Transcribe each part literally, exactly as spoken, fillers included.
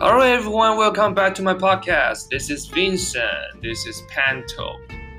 Hello everyone, welcome back to my podcast. This is Vincent. This is Panto.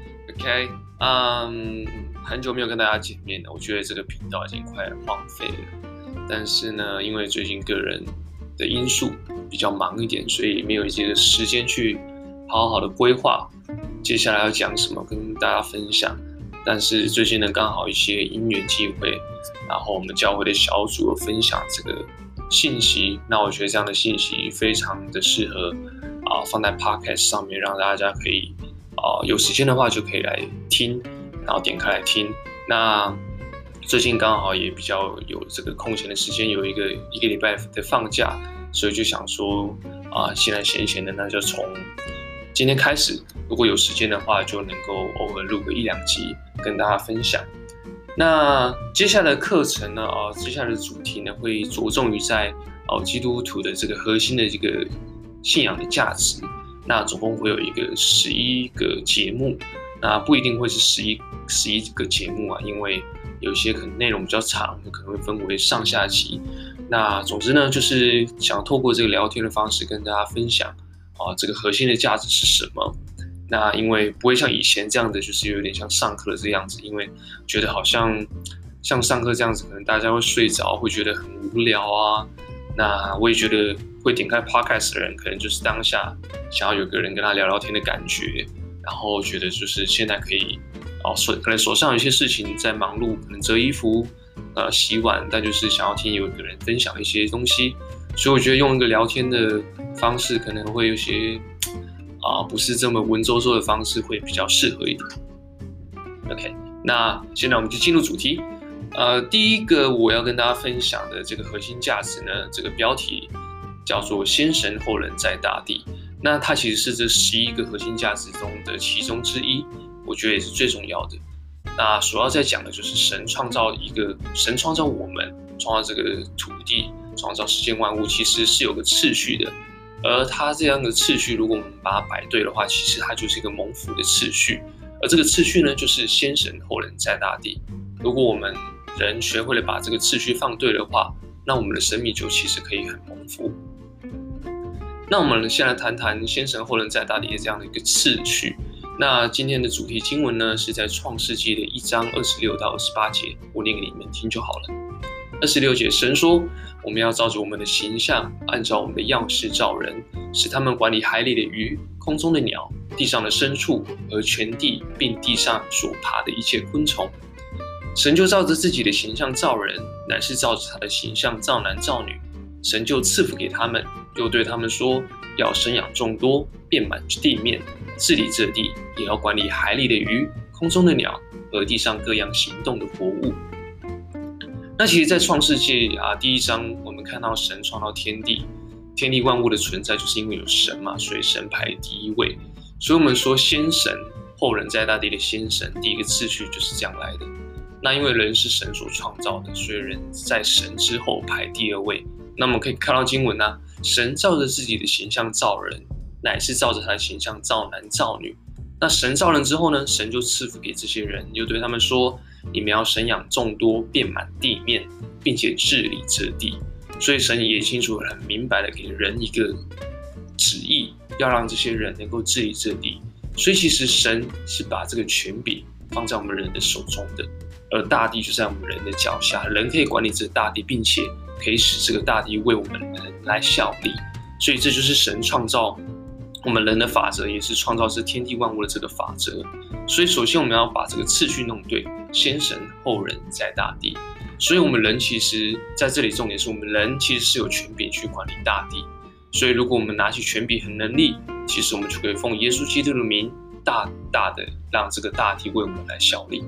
OK， 嗯、um, 很久没有跟大家见面了，我觉得这个频道已经快荒废了。但是呢，因为最近个人的因素比较忙一点，所以没有这个时间去好好的规划接下来要讲什么跟大家分享。但是最近呢，刚好一些因缘际会，然后我们教会的小组有分享这个信息，那我觉得这样的信息非常的适合啊、呃、放在 podcast 上面，让大家可以啊、呃、有时间的话就可以来听，然后点开来听。那最近刚好也比较有这个空闲的时间，有一个一个礼拜的放假，所以就想说啊、呃，现在闲闲的，那就从今天开始，如果有时间的话，就能够偶尔录个一两集跟大家分享。那接下来的课程呢，啊、呃，接下来的主题呢，会着重于在哦、呃、基督徒的这个核心的这个信仰的价值。那总共会有一个十一个节目，那不一定会是十一十一个节目啊，因为有一些可能内容比较长，可能会分为上下集。那总之呢，就是想透过这个聊天的方式跟大家分享啊、呃，这个核心的价值是什么。那因为不会像以前这样的，就是有点像上课的这样子，因为觉得好像像上课这样子，可能大家会睡着，会觉得很无聊啊。那我也觉得会点开 podcast 的人，可能就是当下想要有个人跟他聊聊天的感觉，然后觉得就是现在可以哦，手可能手上有一些事情在忙碌，可能折衣服、呃洗碗，但就是想要听有一个人分享一些东西，所以我觉得用一个聊天的方式，可能会有些。啊、呃，不是这么文绉绉的方式会比较适合一点。OK， 那现在我们就进入主题。呃，第一个我要跟大家分享的这个核心价值呢，这个标题叫做"先神后人在大地"。那它其实是这十一个核心价值中的其中之一，我觉得也是最重要的。那主要在讲的就是神创造一个，神创造我们，创造这个土地，创造世间万物，其实是有个次序的。而它这样的次序，如果我们把它摆对的话，其实它就是一个蒙福的次序。而这个次序呢，就是先神后人在大地。如果我们人学会了把这个次序放对的话，那我们的生命就其实可以很蒙福。那我们现在谈谈先神后人在大地的这样的一个次序。那今天的主题经文呢，是在创世纪的一章二十六到二十八节，我念给你们听就好了。二十六节，神说：我们要照着我们的形象，按照我们的样式造人，使他们管理海里的鱼、空中的鸟、地上的牲畜和全地，并地上所爬的一切昆虫。神就照着自己的形象造人，乃是照着他的形象造男造女。神就赐福给他们，又对他们说：要生养众多，遍满地面，治理这地，也要管理海里的鱼、空中的鸟和地上各样行动的活物。那其实在创世纪啊第一章，我们看到神创造天地，天地万物的存在就是因为有神嘛，所以神排第一位。所以我们说先神后人在大地的先神，第一个次序就是这样来的。那因为人是神所创造的，所以人在神之后排第二位。那我们可以看到经文啊，神照着自己的形象造人，乃是照着他的形象造男造女。那神造人之后呢，神就赐福给这些人，又对他们说：你们要生养众多，遍满地面，并且治理这地。所以神也清楚很明白的给人一个旨意，要让这些人能够治理这地。所以其实神是把这个权柄放在我们人的手中的，而大地就在我们人的脚下，人可以管理这大地，并且可以使这个大地为我们人来效力。所以这就是神创造我们人的法则，也是创造这天地万物的这个法则。所以首先我们要把这个次序弄对，先神后人在大地。所以我们人其实在这里重点是我们人其实是有权柄去管理大地。所以如果我们拿起权柄和能力，其实我们就可以奉耶稣基督的名，大大的让这个大地为我们来效力。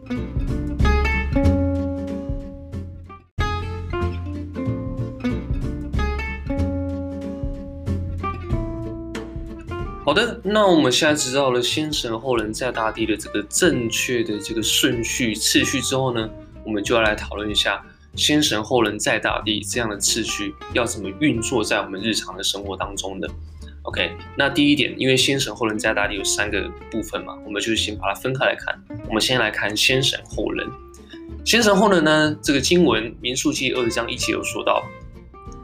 好的，那我们现在知道了先神后人在大地的这个正确的这个顺序次序之后呢，我们就要来讨论一下先神后人在大地这样的次序要怎么运作在我们日常的生活当中的。OK， 那第一点，因为先神后人在大地有三个部分嘛，我们就先把它分开来看。我们先来看先神后人。先神后人呢，这个经文民数记二十章一节有说到啊，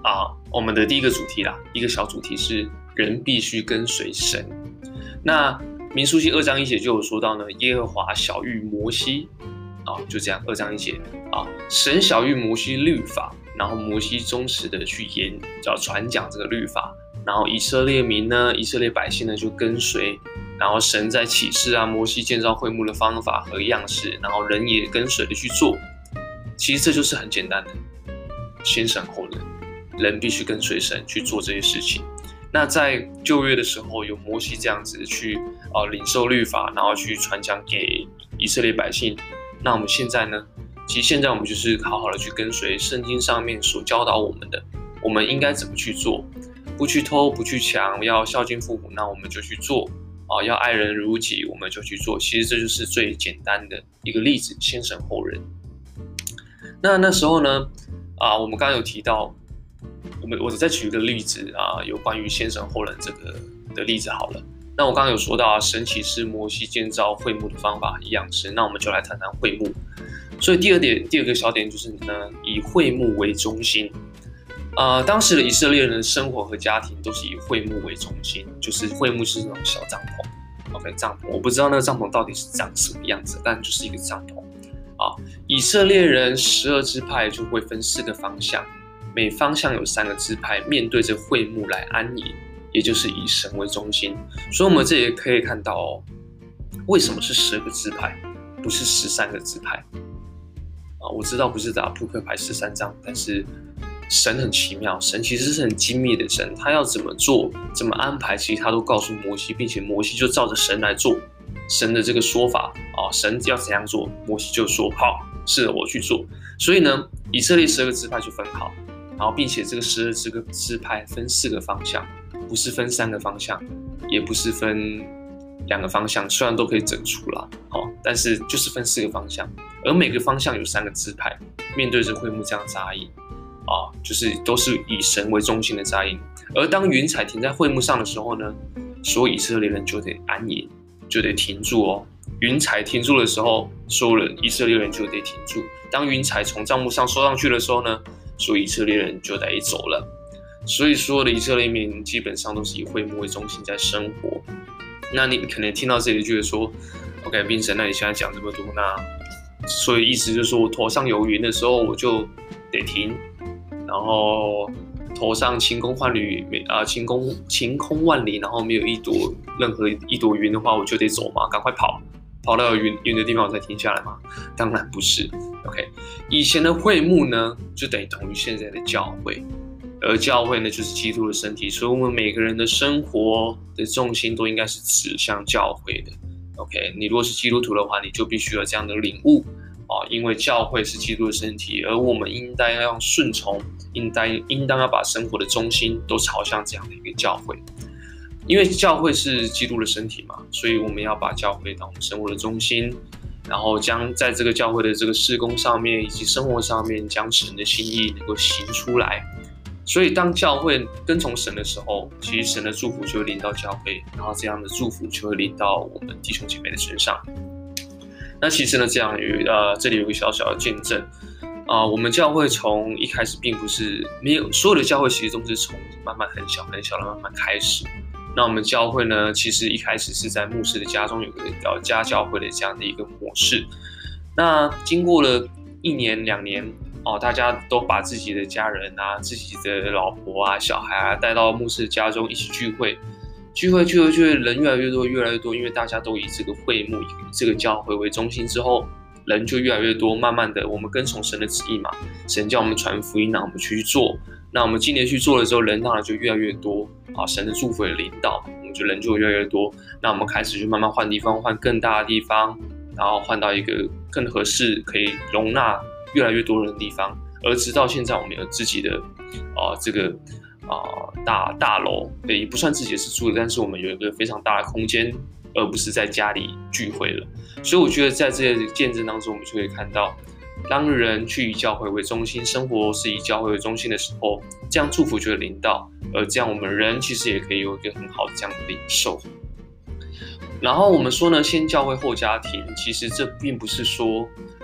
我们的第一个主题啦，一个小主题是人必须跟随神。那民数记二章一节就有说到呢，耶和华晓谕摩西，啊，就这样，二章一节啊，神晓谕摩西律法，然后摩西忠实的去言，叫传讲这个律法，然后以色列民呢，以色列百姓呢就跟随，然后神在启示啊，摩西建造会幕的方法和样式，然后人也跟随的去做。其实这就是很简单的，先神后人，人必须跟随神去做这些事情。那在旧约的时候，有摩西这样子去呃领受律法，然后去传讲给以色列百姓。那我们现在呢？其实现在我们就是好好的去跟随圣经上面所教导我们的，我们应该怎么去做？不去偷，不去抢，要孝敬父母，那我们就去做啊！要爱人如己，我们就去做。其实这就是最简单的一个例子，先神后人。那那时候呢，啊，我们刚刚有提到，我们我再举一个例子啊，有关于先神后人这个的例子好了。那我刚刚有说到啊，神启示摩西建造会幕的方法一样是，那我们就来谈谈会幕。所以第二点，第二个小点就是呢，以会幕为中心。呃，当时的以色列人的生活和家庭都是以会幕为中心，就是会幕是那种小帐篷 ，OK， 帐篷，我不知道那个帐篷到底是长什么样子，但就是一个帐篷。啊，以色列人十二支派就会分四个方向，每方向有三个支派，面对着会幕来安营，也就是以神为中心。所以我们这也可以看到哦，为什么是十二个支派，不是十三个支派？啊，我知道不是打扑克牌十三张，但是神很奇妙，神其实是很精密的神，他要怎么做，怎么安排，其实他都告诉摩西，并且摩西就照着神来做。神的这个说法啊，神要怎样做，摩西就说好，是的，我去做。所以呢，以色列十二个支派就分好，然后并且这个十二个支派分四个方向，不是分三个方向，也不是分两个方向，虽然都可以整出啦，哦，但是就是分四个方向，而每个方向有三个支派，面对着会幕这样扎营啊，就是都是以神为中心的扎营。而当云彩停在会幕上的时候呢，所有以色列人就得安营。就得停住哦，云彩停住的时候，所有人以色列人就得停住。当云彩从帐幕上收上去的时候呢，所有以色列人就得走了。所以所有的以色列民基本上都是以会幕为中心在生活。那你可能听到这里就觉得说 ，OK， 冰神，那你现在讲这么多，那所以意思就是说我头上有云的时候，我就得停，然后头上晴空万里，啊，晴空晴空万里，然后没有一朵任何一朵云的话，我就得走嘛，赶快跑，跑到云云的地方我再停下来嘛？当然不是。OK， 以前的会幕呢，就等同于现在的教会，而教会呢，就是基督的身体，所以我们每个人的生活的重心都应该是指向教会的。OK， 你如果是基督徒的话，你就必须有这样的领悟。啊，因为教会是基督的身体，而我们应当要顺从，应当应当要把生活的中心都朝向这样的一个教会。因为教会是基督的身体嘛，所以我们要把教会当我们生活的中心，然后将在这个教会的这个事工上面以及生活上面，将神的心意能够行出来。所以当教会跟从神的时候，其实神的祝福就会临到教会，然后这样的祝福就会临到我们弟兄姐妹的身上。那其实呢，这样有呃，这里有个小小的见证啊、呃，我们教会从一开始并不是没有，所有的教会其实都是从慢慢很小很小的慢慢开始。那我们教会呢，其实一开始是在牧师的家中有个呃家教会的这样的一个模式。那经过了一年两年哦，大家都把自己的家人啊、自己的老婆啊、小孩啊带到牧师的家中一起聚会。聚会聚会聚会，人越来越多，越来越多，因为大家都以这个会幕、以这个教会为中心之后，人就越来越多。慢慢的，我们跟从神的旨意嘛，神叫我们传福音，那我们去做。那我们今年去做了之后，人当然就越来越多啊，神的祝福也临到，我们就人就越来越多。那我们开始就慢慢换地方，换更大的地方，然后换到一个更合适、可以容纳越来越多人的地方。而直到现在，我们有自己的啊这个。啊、呃，大大楼也不算自己是住的，但是我们有一个非常大的空间，而不是在家里聚会了。所以我觉得在这些见证当中，我们就可以看到，当人去以教会为中心，生活是以教会为中心的时候，这样祝福就会临到，而这样我们人其实也可以有一个很好的这样的领受。然后我们说呢，先教会后家庭，其实这并不是说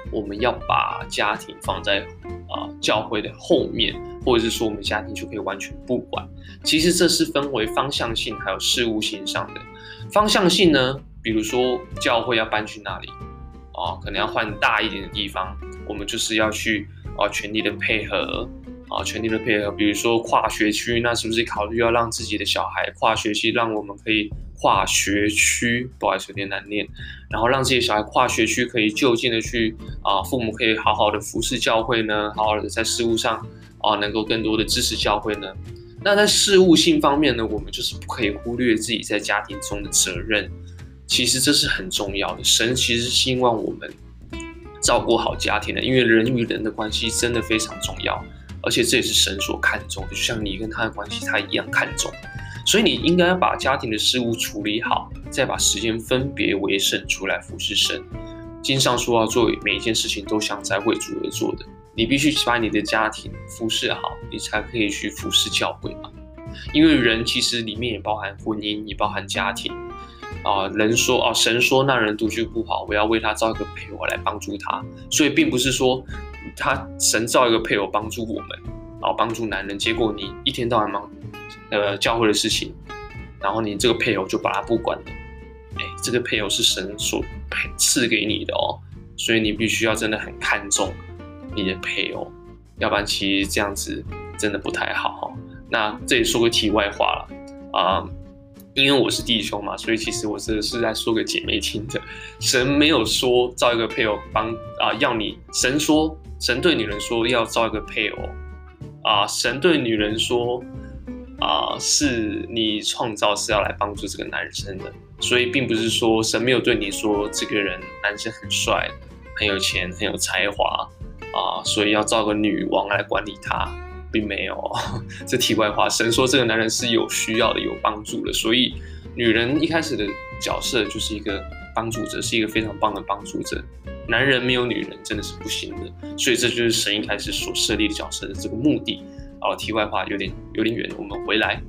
我们要把家庭放在啊、呃、教会的后面，或者是说我们家庭就可以完全不管。其实这是分为方向性还有事务性上的。方向性呢，比如说教会要搬去哪里啊、呃，可能要换大一点的地方，我们就是要去啊、呃、全力的配合啊、呃，全力的配合。比如说跨学区，那是不是考虑要让自己的小孩跨学期，让我们可以跨学区，不好意思有点难念，然后让自己的小孩跨学区可以就近的去啊、呃，父母可以好好的服侍教会呢，好好的在事务上啊、呃、能够更多的支持教会呢。那在事务性方面呢，我们就是不可以忽略自己在家庭中的责任，其实这是很重要的。神其实是希望我们照顾好家庭的，因为人与人的关系真的非常重要，而且这也是神所看重的，就像你跟他的关系他一样看重。所以你应该要把家庭的事务处理好，再把时间分别为圣出来服侍神。经上说要做每一件事情都像在为主而做的，你必须把你的家庭服侍好，你才可以去服侍教会嘛。因为人其实里面也包含婚姻，也包含家庭啊、呃。人说啊，神说那人独居不好，我要为他造一个配偶来帮助他。所以并不是说他神造一个配偶帮助我们，然后帮助男人，结果你一天到晚忙呃教会的事情，然后你这个配偶就把他不管了。哎，这个配偶是神所赐给你的哦，所以你必须要真的很看重你的配偶，要不然其实这样子真的不太好。那这也说个题外话了啊、呃，因为我是弟兄嘛，所以其实我这是在说给姐妹听的。神没有说造一个配偶帮啊、呃，要你神说神对女人说要造一个配偶啊、呃，神对女人说啊、呃，是你创造是要来帮助这个男生的。所以并不是说神没有对你说这个人男生很帅、很有钱、很有才华啊、呃，所以要造个女王来管理他，并没有。这题外话，神说这个男人是有需要的、有帮助的，所以女人一开始的角色就是一个帮助者，是一个非常棒的帮助者。男人没有女人真的是不行的，所以这就是神一开始所设立的角色的这个目的。啊，题外话有点有点远，我们回来。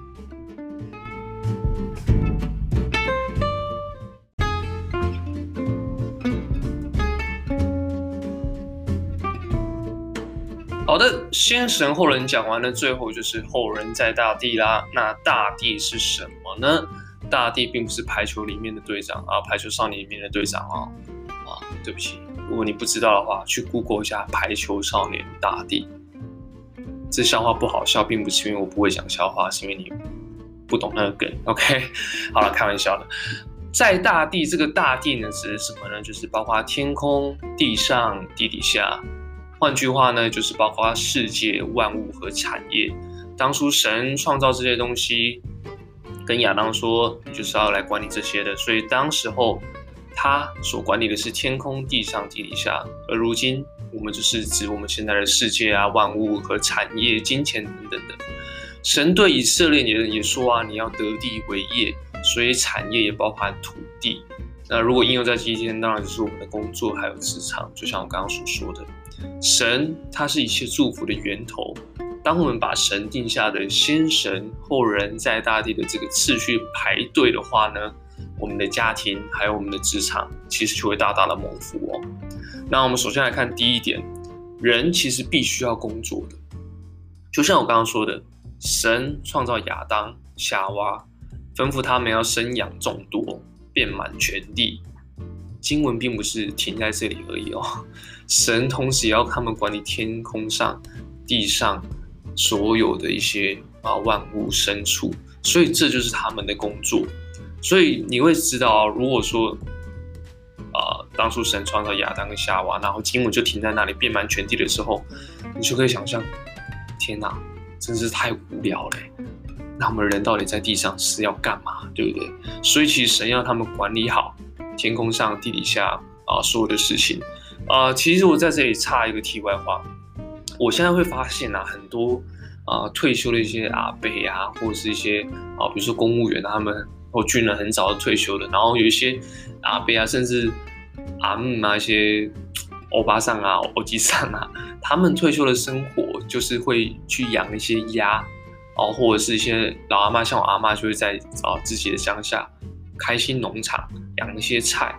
好的，先神后人讲完了，最后就是后人在大地啦。那大地是什么呢？大地并不是排球里面的队长啊，排球少年里面的队长哦。啊，对不起，如果你不知道的话，去 Google 一下排球少年大地。这笑话不好笑，并不是因为我不会讲笑话，是因为你不懂那个梗。OK， 好了，开玩笑的。在大地，这个大地呢，指的是什么呢？就是包括天空、地上、地底下。换句话呢，就是包括世界万物和产业。当初神创造这些东西，跟亚当说，你就是要来管理这些的。所以当时候他所管理的是天空、地上、地底下。而如今我们就是指我们现在的世界啊、万物和产业、金钱等等的。神对以色列人也说啊，你要得地为业，所以产业也包含土地。那如果应用在今天，当然就是我们的工作还有职场，就像我刚刚所说的。神他是一切祝福的源头，当我们把神定下的先神后人在大地的这个次序排对的话呢，我们的家庭还有我们的职场其实就会大大的蒙福哦。那我们首先来看第一点，人其实必须要工作的，就像我刚刚说的，神创造亚当夏娃，吩咐他们要生养众多，遍满全地。经文并不是停在这里而已哦，神同时也要他们管理天空上、地上所有的一些啊万物牲畜，所以这就是他们的工作。所以你会知道，如果说啊、呃、当初神创造亚当跟夏娃，然后经文就停在那里遍满全地的时候，你就可以想象，天哪，真是太无聊了。那我们人到底在地上是要干嘛，对不对？所以其实神要他们管理好天空上、地底下啊、呃、所有的事情啊、呃。其实我在这里插一个题外话，我现在会发现啊，很多啊、呃、退休的一些阿伯啊，或者是一些啊、呃、比如说公务员啊，他们或军人很早就退休了，然后有一些阿伯啊，甚至阿姆啊，一些欧巴桑啊、欧吉桑啊，他们退休的生活就是会去养一些鸭哦，或者是一些老阿嬷，像我阿嬷就会在啊、呃、自己的乡下开心农场养一些菜，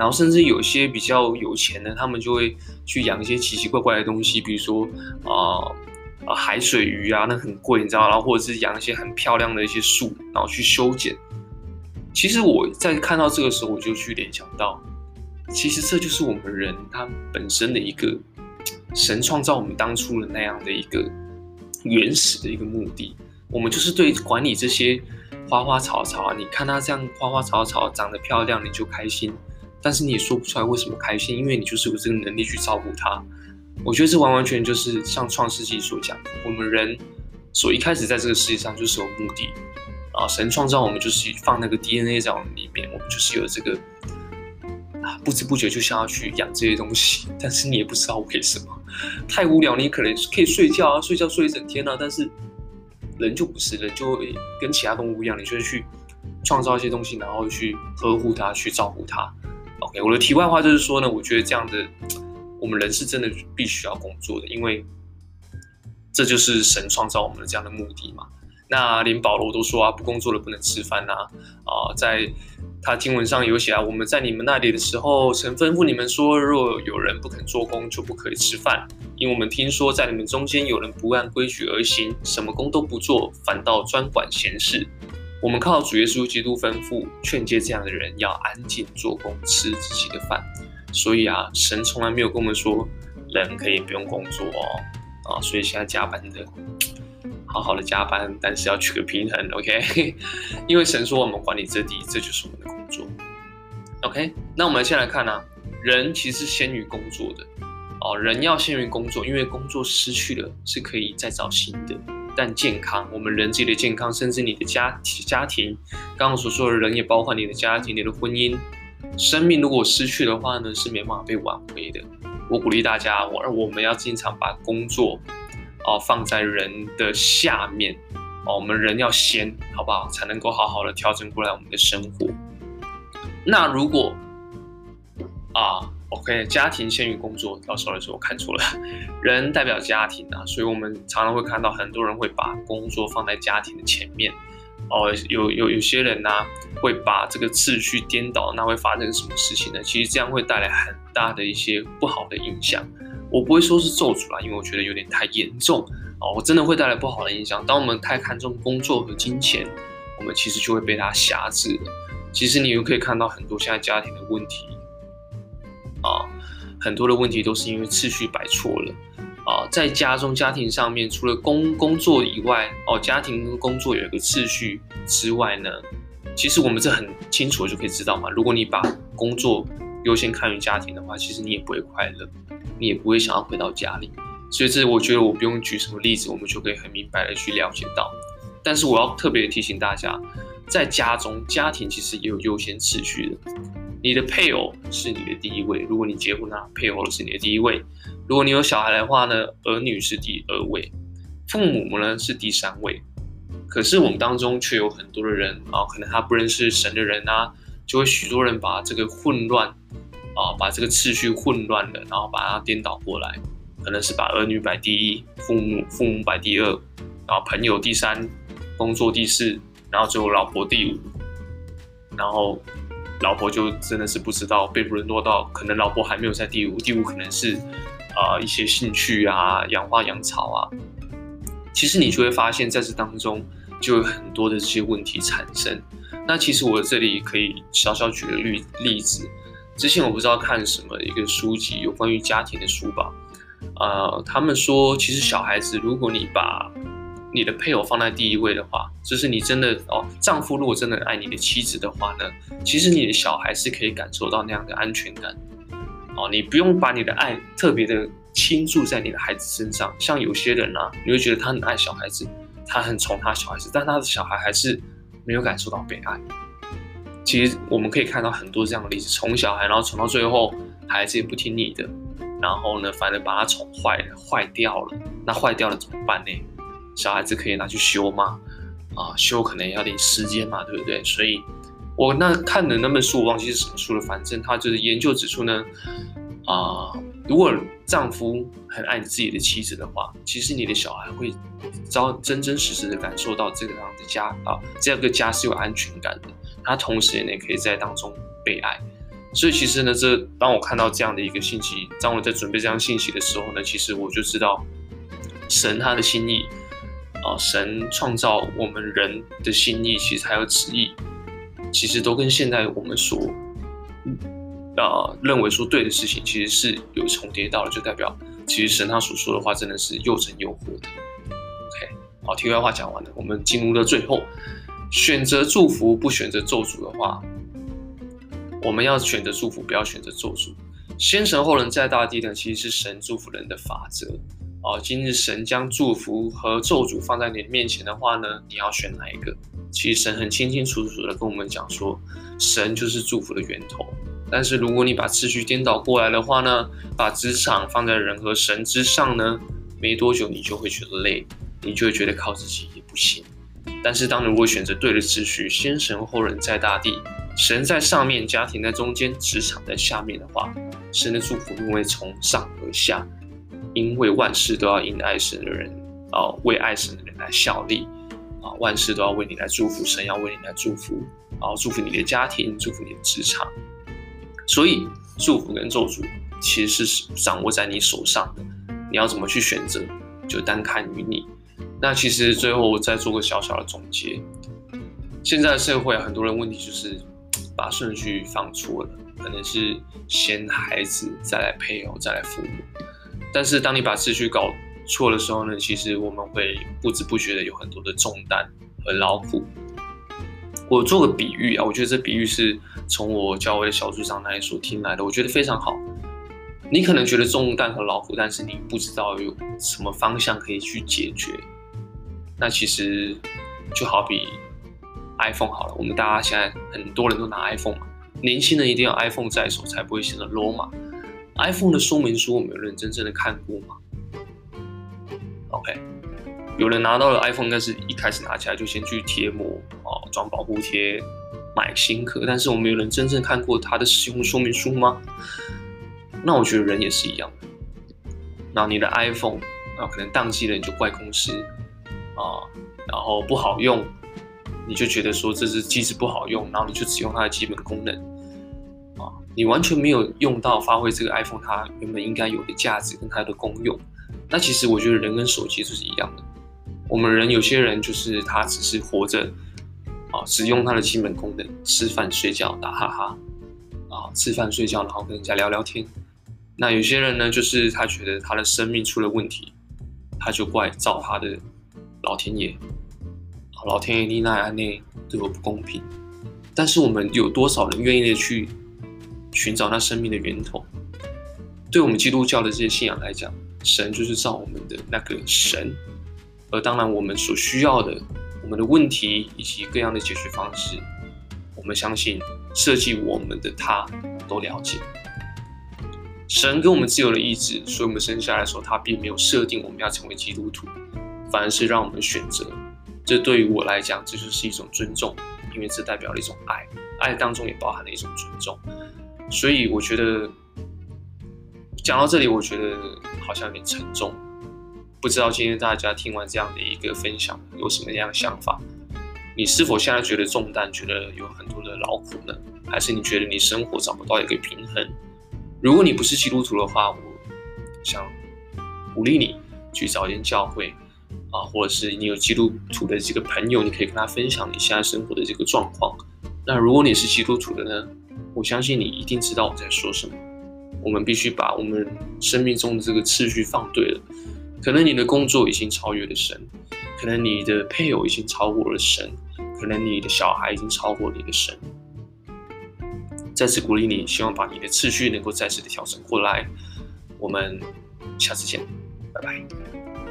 然后甚至有些比较有钱的，他们就会去养一些奇奇怪怪的东西，比如说啊。呃呃，海水鱼啊，那很贵，你知道，然后或者是养一些很漂亮的一些树，然后去修剪。其实我在看到这个时候，我就去联想到，其实这就是我们人他本身的一个神创造我们当初的那样的一个原始的一个目的。我们就是对管理这些花花草草啊，你看它这样花花草草长得漂亮，你就开心，但是你也说不出来为什么开心，因为你就是有这个能力去照顾它。我觉得这完完全全就是像创世纪所讲的，我们人所一开始在这个世界上就是有目的啊，神创造我们就是放那个 D N A 在我们里面，我们就是有这个啊，不知不觉就想要去养这些东西，但是你也不知道为什么，太无聊，你可能可以睡觉啊，睡觉睡一整天啊，但是人就不是，人就会跟其他动物一样，你就会去创造一些东西，然后去呵护它，去照顾它。OK， 我的题外话就是说呢，我觉得这样的。我们人是真的必须要工作的，因为这就是神创造我们的这样的目的嘛。那连保罗都说啊，不工作的不能吃饭啊。啊，在他经文上有写啊，我们在你们那里的时候，曾吩咐你们说，若有人不肯做工，就不可以吃饭。因为我们听说在你们中间有人不按规矩而行，什么工都不做，反倒专管闲事。我们靠主耶稣基督吩咐，劝诫这样的人要安静做工，吃自己的饭。所以啊，神从来没有跟我们说人可以不用工作哦，啊，所以现在加班的，好好的加班，但是要取个平衡 ，OK？ 因为神说我们管理这地，这就是我们的工作 ，OK？ 那我们先来看啊，人其实是先于工作的哦，人要先于工作，因为工作失去了是可以再找新的，但健康，我们人自己的健康，甚至你的家家庭，刚刚所说的人也包括你的家庭、你的婚姻。生命如果失去的话呢，是没办法被挽回的。我鼓励大家，我我们要经常把工作哦放在人的下面哦，我们人要先，好不好？才能够好好的调整过来我们的生活。那如果啊 ，OK， 家庭先于工作，到时候的时候我看错了，人代表家庭啊，所以我们常常会看到很多人会把工作放在家庭的前面。哦，有有有些人呢、啊、会把这个次序颠倒，那会发生什么事情呢？其实这样会带来很大的一些不好的影响。我不会说是咒诅啦，因为我觉得有点太严重哦，我真的会带来不好的影响。当我们太看重工作和金钱，我们其实就会被它辖制了。其实你又可以看到很多现在家庭的问题啊，很多的问题都是因为次序摆错了。啊，在家中家庭上面，除了工工作以外，哦，家庭跟工作有一个次序之外呢，其实我们这很清楚就可以知道嘛。如果你把工作优先看于家庭的话，其实你也不会快乐，你也不会想要回到家里。所以这我觉得我不用举什么例子，我们就可以很明白的去了解到。但是我要特别提醒大家，在家中家庭其实也有优先次序的。你的配偶是你的第一位，如果你结婚了，配偶是你的第一位。如果你有小孩的话呢，儿女是第二位，父母呢是第三位。可是我们当中却有很多的人啊，可能他不认识神的人啊，就会许多人把这个混乱啊，把这个次序混乱了，然后把它颠倒过来，可能是把儿女摆第一，父母父母摆第二，然后朋友第三，工作第四，然后最后老婆第五，然后老婆就真的是不知道被沦落到，可能老婆还没有在第五，第五可能是。呃，一些兴趣啊，养花养草啊，其实你就会发现，在这当中就有很多的这些问题产生。那其实我这里可以小小举个例例子，之前我不知道看什么一个书籍，有关于家庭的书吧，呃，他们说，其实小孩子，如果你把你的配偶放在第一位的话，就是你真的哦，丈夫如果真的爱你的妻子的话呢，其实你的小孩是可以感受到那样的安全感。哦，你不用把你的爱特别的倾注在你的孩子身上，像有些人啊，你会觉得他很爱小孩子，他很宠他小孩子，但他的小孩还是没有感受到被爱。其实我们可以看到很多这样的例子，宠小孩，然后宠到最后，孩子也不听你的，然后呢，反而把他宠坏了，坏掉了。那坏掉了怎么办呢？小孩子可以拿去修吗？啊，修可能也要点时间嘛，对不对？所以。我那看的那本书我忘记是什么书了，反正他就是研究指出呢，啊、呃，如果丈夫很爱你自己的妻子的话，其实你的小孩会遭真真实实的感受到这个样的家啊，这个家是有安全感的，他同时也可以在当中被爱。 所以其实呢，这当我看到这样的一个信息，当我在准备这样信息的时候呢，其实我就知道神他的心意啊、呃，神创造我们人的心意，其实还有旨意，其实都跟现在我们所呃认为说对的事情，其实是有重叠到的，就代表其实神他所说的话真的是又真又活的。OK， 好，题外话讲完了，我们进入了最后，选择祝福不选择咒诅的话，我们要选择祝福，不要选择咒诅。先神后人在大地呢，其实是神祝福人的法则。哦，今日神将祝福和咒诅放在你的面前的话呢，你要选哪一个？其实神很清清楚楚的跟我们讲说，神就是祝福的源头。但是如果你把次序颠倒过来的话呢，把职场放在人和神之上呢，没多久你就会觉得累，你就会觉得靠自己也不行。但是当你如果选择对的次序，先神后人在大地，神在上面，家庭在中间，职场在下面的话，神的祝福因为从上而下，因为万事都要因爱神的人啊、呃，为爱神的人来效力啊、呃，万事都要为你来祝福，神要为你来祝福，然后祝福你的家庭，祝福你的职场。所以祝福跟咒诅其实是掌握在你手上的，你要怎么去选择，就单看于你。那其实最后我再做个小小的总结，现在的社会很多人问题就是把顺序放错了，可能是先孩子，再来配偶，再来父母。但是当你把次序搞错的时候呢，其实我们会不知不觉的有很多的重担和劳苦。我做个比喻啊，我觉得这比喻是从我教会的小组长那里所听来的，我觉得非常好。你可能觉得重担和劳苦，但是你不知道有什么方向可以去解决。那其实就好比 iPhone 好了，我们大家现在很多人都拿 iPhone 嘛，年轻人一定要 iPhone 在手，才不会显得 low 嘛。iPhone 的说明书我们有人真正的看过吗 ？OK， 有人拿到了 iPhone， 但是一开始拿起来就先去贴膜哦，装保护贴，买新壳，但是我们有人真正看过它的使用说明书吗？那我觉得人也是一样的。然后你的 iPhone 啊，可能宕机了，你就怪公司啊，然后不好用，你就觉得说这支机子不好用，然后你就只用它的基本功能。啊，你完全没有用到发挥这个 iPhone 它原本应该有的价值跟它的功用。那其实我觉得人跟手机就是一样的，我们人有些人就是他只是活着，啊，只用它的基本功能，吃饭睡觉打哈哈，啊，吃饭睡觉然后跟人家聊聊天。那有些人呢，就是他觉得他的生命出了问题，他就怪造他的老天爷，老天爷你那样那对我不公平。但是我们有多少人愿意的去寻找那生命的源头？对我们基督教的这些信仰来讲，神就是造我们的那个神，而当然我们所需要的，我们的问题以及各样的解决方式，我们相信设计我们的他都了解。神给我们自由的意志，所以我们生下来的时候，他并没有设定我们要成为基督徒，反而是让我们选择。这对于我来讲，这就是一种尊重，因为这代表了一种爱，爱当中也包含了一种尊重。所以我觉得讲到这里，我觉得好像有点沉重。不知道今天大家听完这样的一个分享，有什么样的想法？你是否现在觉得重担，觉得有很多的劳苦呢？还是你觉得你生活找不到一个平衡？如果你不是基督徒的话，我想鼓励你去找一间教会啊，或者是你有基督徒的这个朋友，你可以跟他分享你现在生活的这个状况。那如果你是基督徒的呢，我相信你一定知道我在说什么。我们必须把我们生命中的这个次序放对了。可能你的工作已经超越了神，可能你的配偶已经超过了神，可能你的小孩已经超过你的神。再次鼓励你，希望把你的次序能够再次的调整过来。我们下次见，拜拜。